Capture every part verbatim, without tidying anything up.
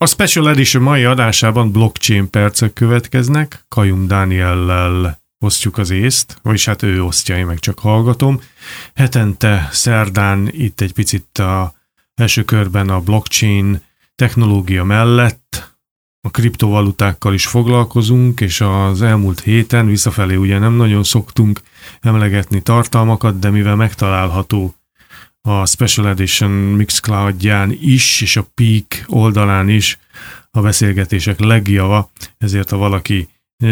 A Special Edition mai adásában blockchain percek következnek. Kajum Dániellel osztjuk az észt, vagyis hát ő osztja, én meg csak hallgatom. Hetente szerdán itt egy picit a első körben a blockchain technológia mellett a kriptovalutákkal is foglalkozunk, és az elmúlt héten visszafelé ugye nem nagyon szoktunk emlegetni tartalmakat, de mivel megtalálható a Special Edition Mixcloudján is, és a Peak oldalán is a beszélgetések legjava, ezért ha valaki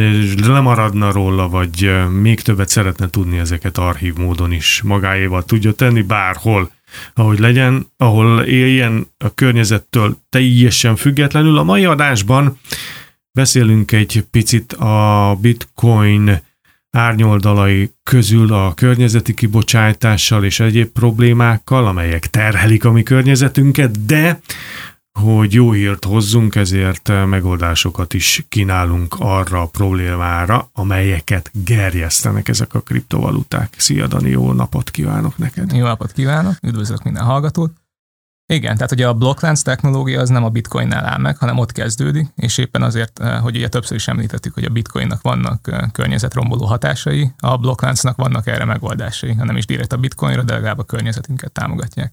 lemaradna róla, vagy még többet szeretne tudni, ezeket archív módon is magáéval tudja tenni, bárhol, ahogy legyen, ahol éljen a környezettől teljesen függetlenül. A mai adásban beszélünk egy picit a Bitcoin árnyoldalai közül a környezeti kibocsátással és egyéb problémákkal, amelyek terhelik a mi környezetünket, de hogy jó hírt hozzunk, ezért megoldásokat is kínálunk arra a problémára, amelyeket gerjesztenek ezek a kriptovaluták. Szia Dani, jó napot kívánok neked! Jó napot kívánok, üdvözlök minden hallgatót! Igen, tehát ugye a blokklánc technológia az nem a bitcoinnál áll meg, hanem ott kezdődik, és éppen azért, hogy ugye többször is említettük, hogy a bitcoinnak vannak környezetromboló hatásai, a blokkláncnak vannak erre megoldásai, hanem is direkt a bitcoinra, de legalább a környezetünket támogatják.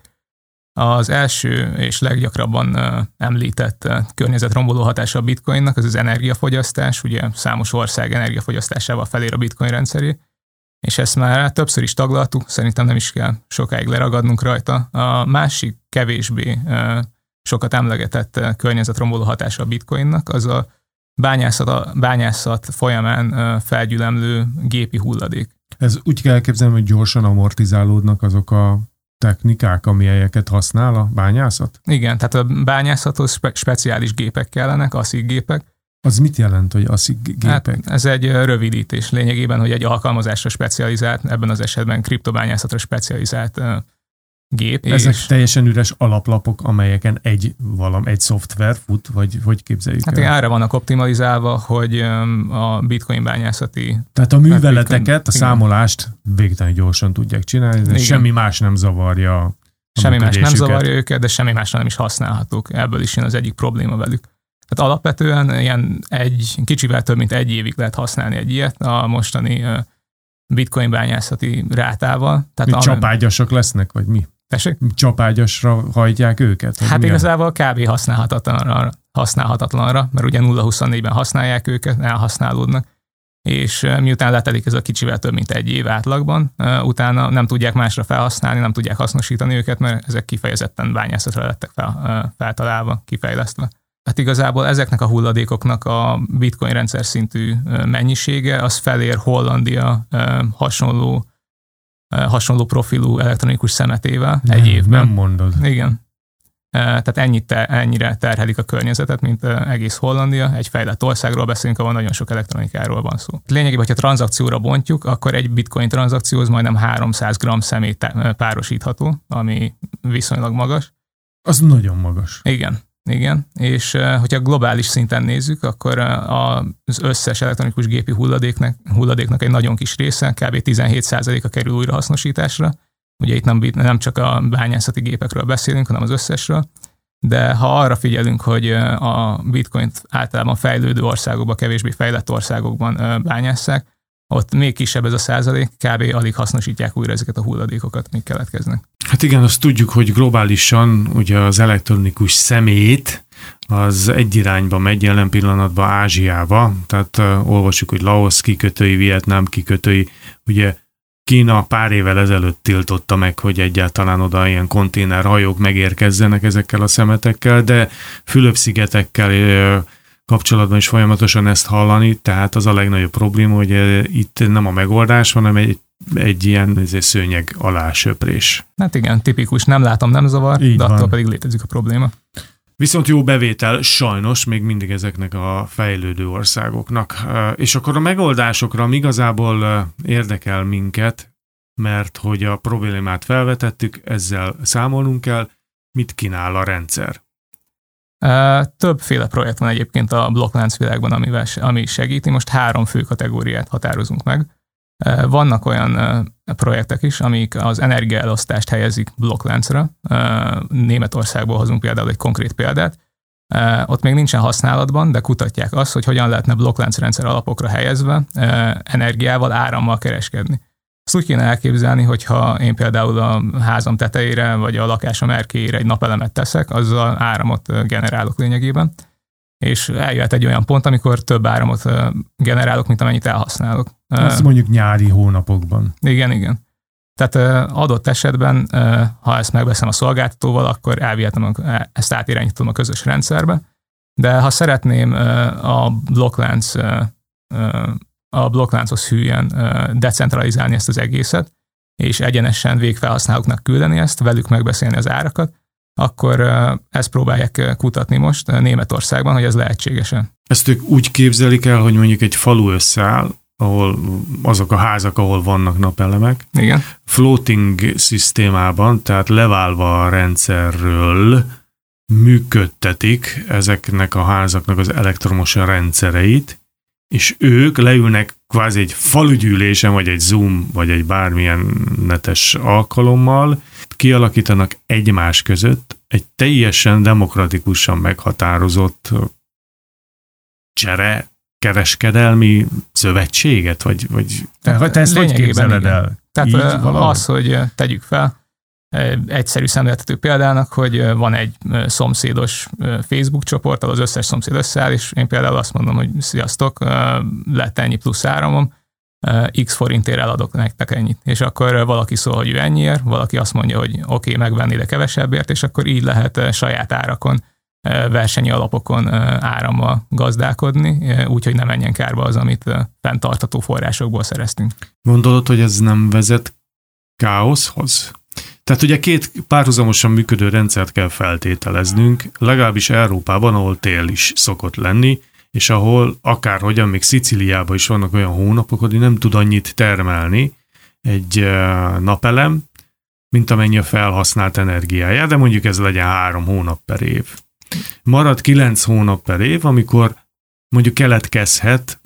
Az első és leggyakrabban említett környezetromboló hatása a bitcoinnak az az energiafogyasztás, ugye számos ország energiafogyasztásával felér a bitcoin rendszeré, és ezt már többször is taglaltuk, szerintem nem is kell sokáig leragadnunk rajta. A másik kevésbé sokat emlegetett környezetromboló hatása a bitcoinnak, az a bányászat, a bányászat folyamán felgyülemlő gépi hulladék. Ez úgy kell elképzelni, hogy gyorsan amortizálódnak azok a technikák, amelyeket használ a bányászat? Igen, tehát a bányászathoz spe- speciális gépek kellenek, ASIC gépek. Az mit jelent, hogy ASIC gépek? Hát ez egy rövidítés lényegében, hogy egy alkalmazásra specializált, ebben az esetben kriptobányászatra specializált uh, gép. Ezek és teljesen üres alaplapok, amelyeken egy valam, egy szoftver fut, vagy hogy képzeljük hát el? Hát arra vannak optimalizálva, hogy um, a bitcoin bányászati... Tehát a műveleteket, a számolást végtelen gyorsan tudják csinálni, de semmi más nem zavarja a Semmi más nem zavarja őket, de semmi másra nem is használhatók. Ebből is jön az egyik probléma velük. Tehát alapvetően ilyen egy, kicsivel több mint egy évig lehet használni egy ilyet a mostani uh, bitcoin bányászati rátával. Tehát mi csapágyasak lesznek, vagy mi? Tessék? Csapágyasra hajtják őket? Hát igazából kb. használhatatlanra, használhatatlanra, mert ugye nulla huszonnégyben használják őket, elhasználódnak, és uh, miután letelik ez a kicsivel több mint egy év átlagban, uh, utána nem tudják másra felhasználni, nem tudják hasznosítani őket, mert ezek kifejezetten bányászatra lettek fel, uh, feltalálva, kifejlesztve. Hát igazából ezeknek a hulladékoknak a bitcoin rendszer szintű mennyisége, az felér Hollandia hasonló, hasonló profilú elektronikus szemetével nem, egy évben. Nem mondod. Igen. Tehát ennyit, ennyire terhelik a környezetet, mint egész Hollandia. Egy fejlett országról beszélünk, ahol nagyon sok elektronikáról van szó. Lényegében, hogyha tranzakcióra bontjuk, akkor egy bitcoin tranzakcióhoz majdnem háromszáz gramm szemét párosítható, ami viszonylag magas. Az nagyon magas. Igen. Igen, és hogyha globális szinten nézzük, akkor az összes elektronikus gépi hulladéknak, hulladéknak egy nagyon kis része, kb. tizenhét százaléka kerül újrahasznosításra. Ugye itt nem, nem csak a bányászati gépekről beszélünk, hanem az összesről. De ha arra figyelünk, hogy a bitcoint általában fejlődő országokban, kevésbé fejlett országokban bányásszák, ott még kisebb ez a százalék, kb. Alig hasznosítják újra ezeket a hulladékokat, amik keletkeznek. Hát igen, azt tudjuk, hogy globálisan ugye az elektronikus szemét az egy irányba megy jelen pillanatban Ázsiába, tehát uh, olvassuk, hogy Laosz kikötői, Vietnám kikötői, ugye Kína pár évvel ezelőtt tiltotta meg, hogy egyáltalán oda ilyen konténerhajók megérkezzenek ezekkel a szemetekkel, de Fülöp-szigetekkel uh, kapcsolatban is folyamatosan ezt hallani, tehát az a legnagyobb probléma, hogy itt nem a megoldás, hanem egy, egy ilyen szőnyeg alá söprés. Hát igen, tipikus, nem látom, nem zavar, így de van. Attól pedig létezik a probléma. Viszont jó bevétel sajnos még mindig ezeknek a fejlődő országoknak. És akkor a megoldásokra igazából érdekel minket, mert hogy a problémát felvetettük, ezzel számolnunk kell, mit kínál a rendszer. Többféle projekt van egyébként a blokklánc világban, amivel, ami segíti. Most három fő kategóriát határozunk meg. Vannak olyan projektek is, amik az energiaelosztást helyezik blokkláncra. Németországból hozunk például egy konkrét példát. Ott még nincsen használatban, de kutatják azt, hogy hogyan lehetne blokkláncrendszer alapokra helyezve energiával, árammal kereskedni. Ezt úgy kéne elképzelni, hogyha én például a házam tetejére, vagy a lakásom erkélyére egy napelemet teszek, azzal áramot generálok lényegében, és eljöhet egy olyan pont, amikor több áramot generálok, mint amennyit elhasználok. Azt mondjuk nyári hónapokban. Igen, igen. Tehát adott esetben, ha ezt megbeszem a szolgáltatóval, akkor elvihetem, ezt átirányítom a közös rendszerbe, de ha szeretném a blokklánc, a blokklánchoz hűen decentralizálni ezt az egészet, és egyenesen végfelhasználóknak küldeni ezt, velük megbeszélni az árakat, akkor ezt próbálják kutatni most Németországban, hogy ez lehetséges-e. Ezt ők úgy képzelik el, hogy mondjuk egy falu összeáll, ahol azok a házak, ahol vannak napelemek. Igen. Floating szisztémában, tehát leválva a rendszerről működtetik ezeknek a házaknak az elektromos rendszereit, és ők leülnek kvázi egy falugyűlésen, vagy egy Zoom, vagy egy bármilyen netes alkalommal, kialakítanak egymás között egy teljesen demokratikusan meghatározott csere kereskedelmi szövetséget, vagy... vagy... Te, te ezt hogy képzeled el? Tehát így, az, hogy tegyük fel, egyszerű szemléltető példának, hogy van egy szomszédos Facebook csoport, ahol az összes szomszéd összeáll, és én például azt mondom, hogy sziasztok, lett ennyi plusz áramom, x forintért eladok nektek ennyit. És akkor valaki szól, hogy ő ennyiért, valaki azt mondja, hogy oké, okay, megvenni, de kevesebbért, és akkor így lehet saját árakon, versenyi alapokon árammal gazdálkodni, úgyhogy ne menjen kárba az, amit fenntartható forrásokból szereztünk. Gondolod, hogy ez nem vezet káoszhoz? Tehát ugye két párhuzamosan működő rendszert kell feltételeznünk, legalábbis Európában, ahol tél is szokott lenni, és ahol akárhogyan, még Szicíliában is vannak olyan hónapok, hogy nem tud annyit termelni egy napelem, mint amennyi a felhasznált energiája, de mondjuk ez legyen három hónap per év. Marad kilenc hónap per év, amikor mondjuk keletkezhet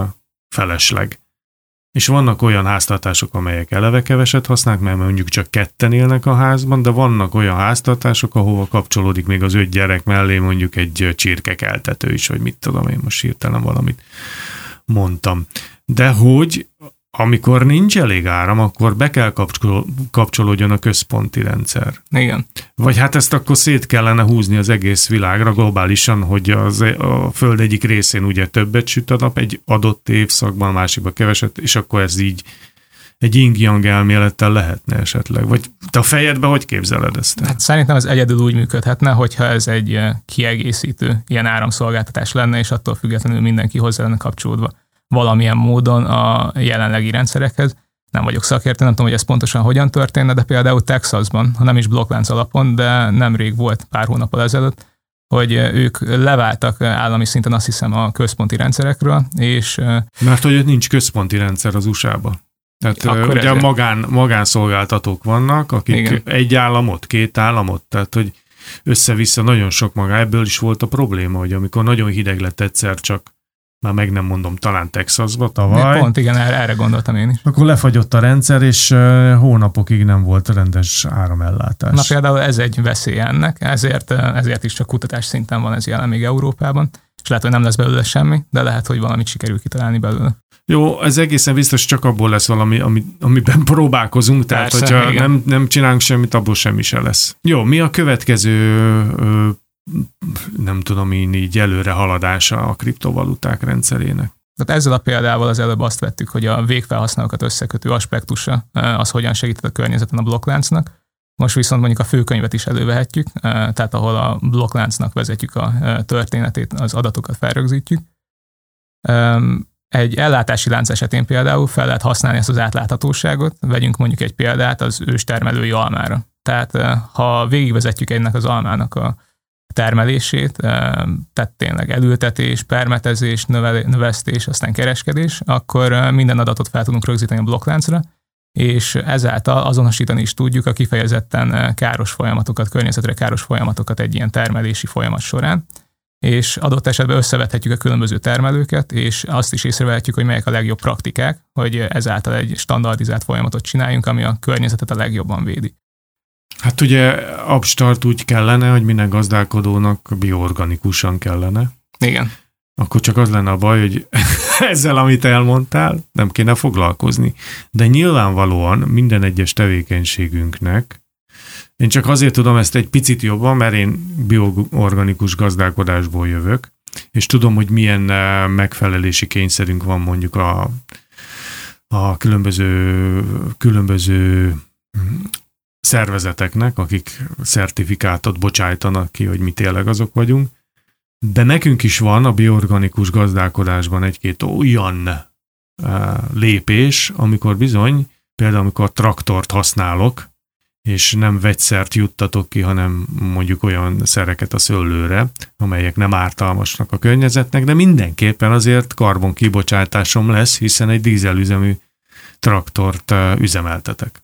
felesleg. És vannak olyan háztartások, amelyek eleve keveset használnak, mert mondjuk csak ketten élnek a házban, de vannak olyan háztartások, ahova kapcsolódik még az öt gyerek mellé mondjuk egy csirkekeltető is, vagy mit tudom, én most hirtelen valamit mondtam. De hogy amikor nincs elég áram, akkor be kell kapcsolódjon a központi rendszer. Igen. Vagy hát ezt akkor szét kellene húzni az egész világra globálisan, hogy az, a Föld egyik részén ugye többet süt a nap, egy adott évszakban, a másikban keveset, és akkor ez így egy yin-yang elmélettel lehetne esetleg. Vagy te a fejedben hogy képzeled ezt? Hát szerintem ez egyedül úgy működhetne, hogyha ez egy kiegészítő ilyen áramszolgáltatás lenne, és attól függetlenül mindenki hozzá lenne kapcsolódva valamilyen módon a jelenlegi rendszerekhez. Nem vagyok szakértő, nem tudom, hogy ez pontosan hogyan történne, de például Texasban, ha nem is blokklánc alapon, de nemrég volt pár hónappal ezelőtt, hogy ők leváltak állami szinten, azt hiszem, a központi rendszerekről, és... Mert hogy nincs központi rendszer az u es á-ban. Tehát ugye ezért. magán, magánszolgáltatók vannak, akik Igen. egy államot, két államot, tehát hogy össze-vissza nagyon sok maga. Ebből is volt a probléma, hogy amikor nagyon hideg lett egyszer csak, már meg nem mondom, talán Texasba tavaly. Pont igen, erre gondoltam én is. Akkor lefagyott a rendszer, és hónapokig nem volt rendes áramellátás. Na például ez egy veszély ennek, ezért, ezért is csak kutatás szinten van ez jelen még Európában, és lehet, hogy nem lesz belőle semmi, de lehet, hogy valamit sikerül kitalálni belőle. Jó, ez egészen biztos csak abból lesz valami, ami, amiben próbálkozunk, tehát Persze, hogyha nem, nem csinálunk semmit, abból semmi se lesz. Jó, mi a következő nem tudom én így előre haladása a kriptovaluták rendszerének? Tehát ezzel a példával az előbb azt vettük, hogy a végfelhasználókat összekötő aspektusa az hogyan segített a környezeten a blokkláncnak. Most viszont mondjuk a főkönyvet is elővehetjük, tehát ahol a blokkláncnak vezetjük a történetét, az adatokat felrögzítjük. Egy ellátási lánc esetén például fel lehet használni ezt az átláthatóságot, vegyünk mondjuk egy példát az őstermelői almára. Tehát ha végigvezetjük ennek az almának a termelését, tehát tényleg elültetés, permetezés, növesztés, aztán kereskedés, akkor minden adatot fel tudunk rögzíteni a blokkláncra, és ezáltal azonosítani is tudjuk a kifejezetten káros folyamatokat, környezetre káros folyamatokat egy ilyen termelési folyamat során, és adott esetben összevethetjük a különböző termelőket, és azt is észrevehetjük, hogy melyek a legjobb praktikák, hogy ezáltal egy standardizált folyamatot csináljunk, ami a környezetet a legjobban védi. Hát ugye abstart úgy kellene, hogy minden gazdálkodónak bioorganikusan kellene. Igen. Akkor csak az lenne a baj, hogy ezzel, amit elmondtál, nem kéne foglalkozni. De nyilvánvalóan minden egyes tevékenységünknek, én csak azért tudom ezt egy picit jobban, mert én bioorganikus gazdálkodásból jövök, és tudom, hogy milyen megfelelési kényszerünk van mondjuk a, a különböző, különböző szervezeteknek, akik szertifikátot bocsájtanak ki, hogy mi tényleg azok vagyunk. De nekünk is van a bioorganikus gazdálkodásban egy-két olyan uh, lépés, amikor bizony, például amikor traktort használok, és nem vegyszert juttatok ki, hanem mondjuk olyan szereket a szőlőre, amelyek nem ártalmasnak a környezetnek, de mindenképpen azért karbon kibocsátásom lesz, hiszen egy dízelüzemű traktort uh, üzemeltetek.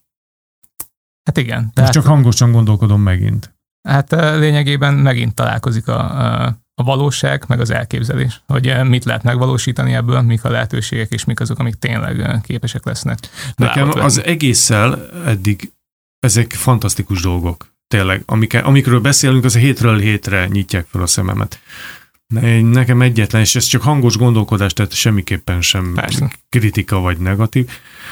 Hát igen. Most Tehát, csak hangosan gondolkodom megint. Hát lényegében megint találkozik a, a, a valóság, meg az elképzelés, hogy mit lehet megvalósítani ebből, mik a lehetőségek, és mik azok, amik tényleg képesek lesznek. Nekem az egésszel eddig ezek fantasztikus dolgok. Tényleg, amik, amikről beszélünk, az a hétről hétre nyitják fel a szememet. Nekem egyetlen, és ez csak hangos gondolkodás, tehát semmiképpen sem Persze. kritika vagy negatív,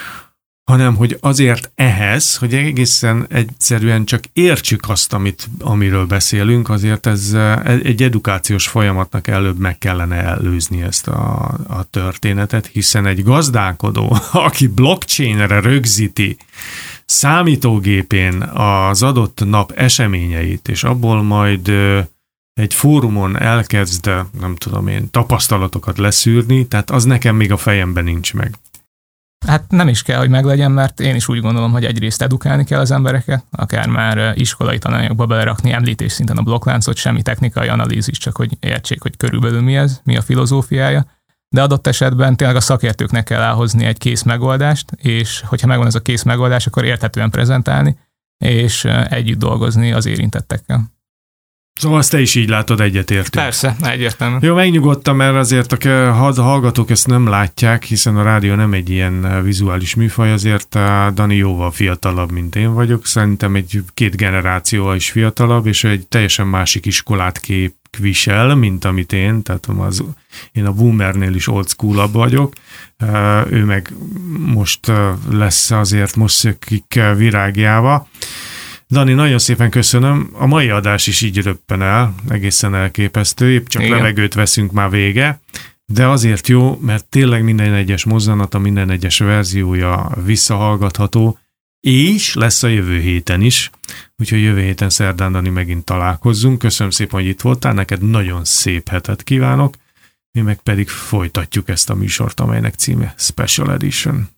hanem hogy azért ehhez, hogy egészen egyszerűen csak értsük azt, amit, amiről beszélünk, azért ez egy edukációs folyamatnak előbb meg kellene előzni ezt a, a történetet, hiszen egy gazdálkodó, aki blockchainre rögzíti számítógépén az adott nap eseményeit, és abból majd egy fórumon elkezd, nem tudom én, tapasztalatokat leszűrni, tehát az nekem még a fejemben nincs meg. Hát nem is kell, hogy meglegyen, mert én is úgy gondolom, hogy egyrészt edukálni kell az embereket, akár már iskolai tananyagba belerakni említés szinten a blokkláncot, semmi technikai analízis, csak hogy értsék, hogy körülbelül mi ez, mi a filozófiája, de adott esetben tényleg a szakértőknek kell elhozni egy kész megoldást, és hogyha megvan ez a kész megoldás, akkor érthetően prezentálni, és együtt dolgozni az érintettekkel. Szóval azt te is így látod, egyetértünk. Persze, egyértelmű. Jó, megnyugodtam, mert azért a hallgatók ezt nem látják, hiszen a rádió nem egy ilyen vizuális műfaj, azért Dani jóval fiatalabb, mint én vagyok. Szerintem egy két generációval is fiatalabb, és egy teljesen másik iskolát képvisel, mint amit én, tehát az, én a boomernél is old school-abb vagyok. Ő meg most lesz azért, most szökik virágjába. Dani, nagyon szépen köszönöm. A mai adás is így röppen el, egészen elképesztő, épp csak Igen. levegőt veszünk, már vége, de azért jó, mert tényleg minden egyes mozzanata, minden egyes verziója visszahallgatható, és lesz a jövő héten is, úgyhogy jövő héten szerdán, Dani, megint találkozzunk. Köszönöm szépen, hogy itt voltál, neked nagyon szép hetet kívánok, mi meg pedig folytatjuk ezt a műsort, amelynek címe Special Edition.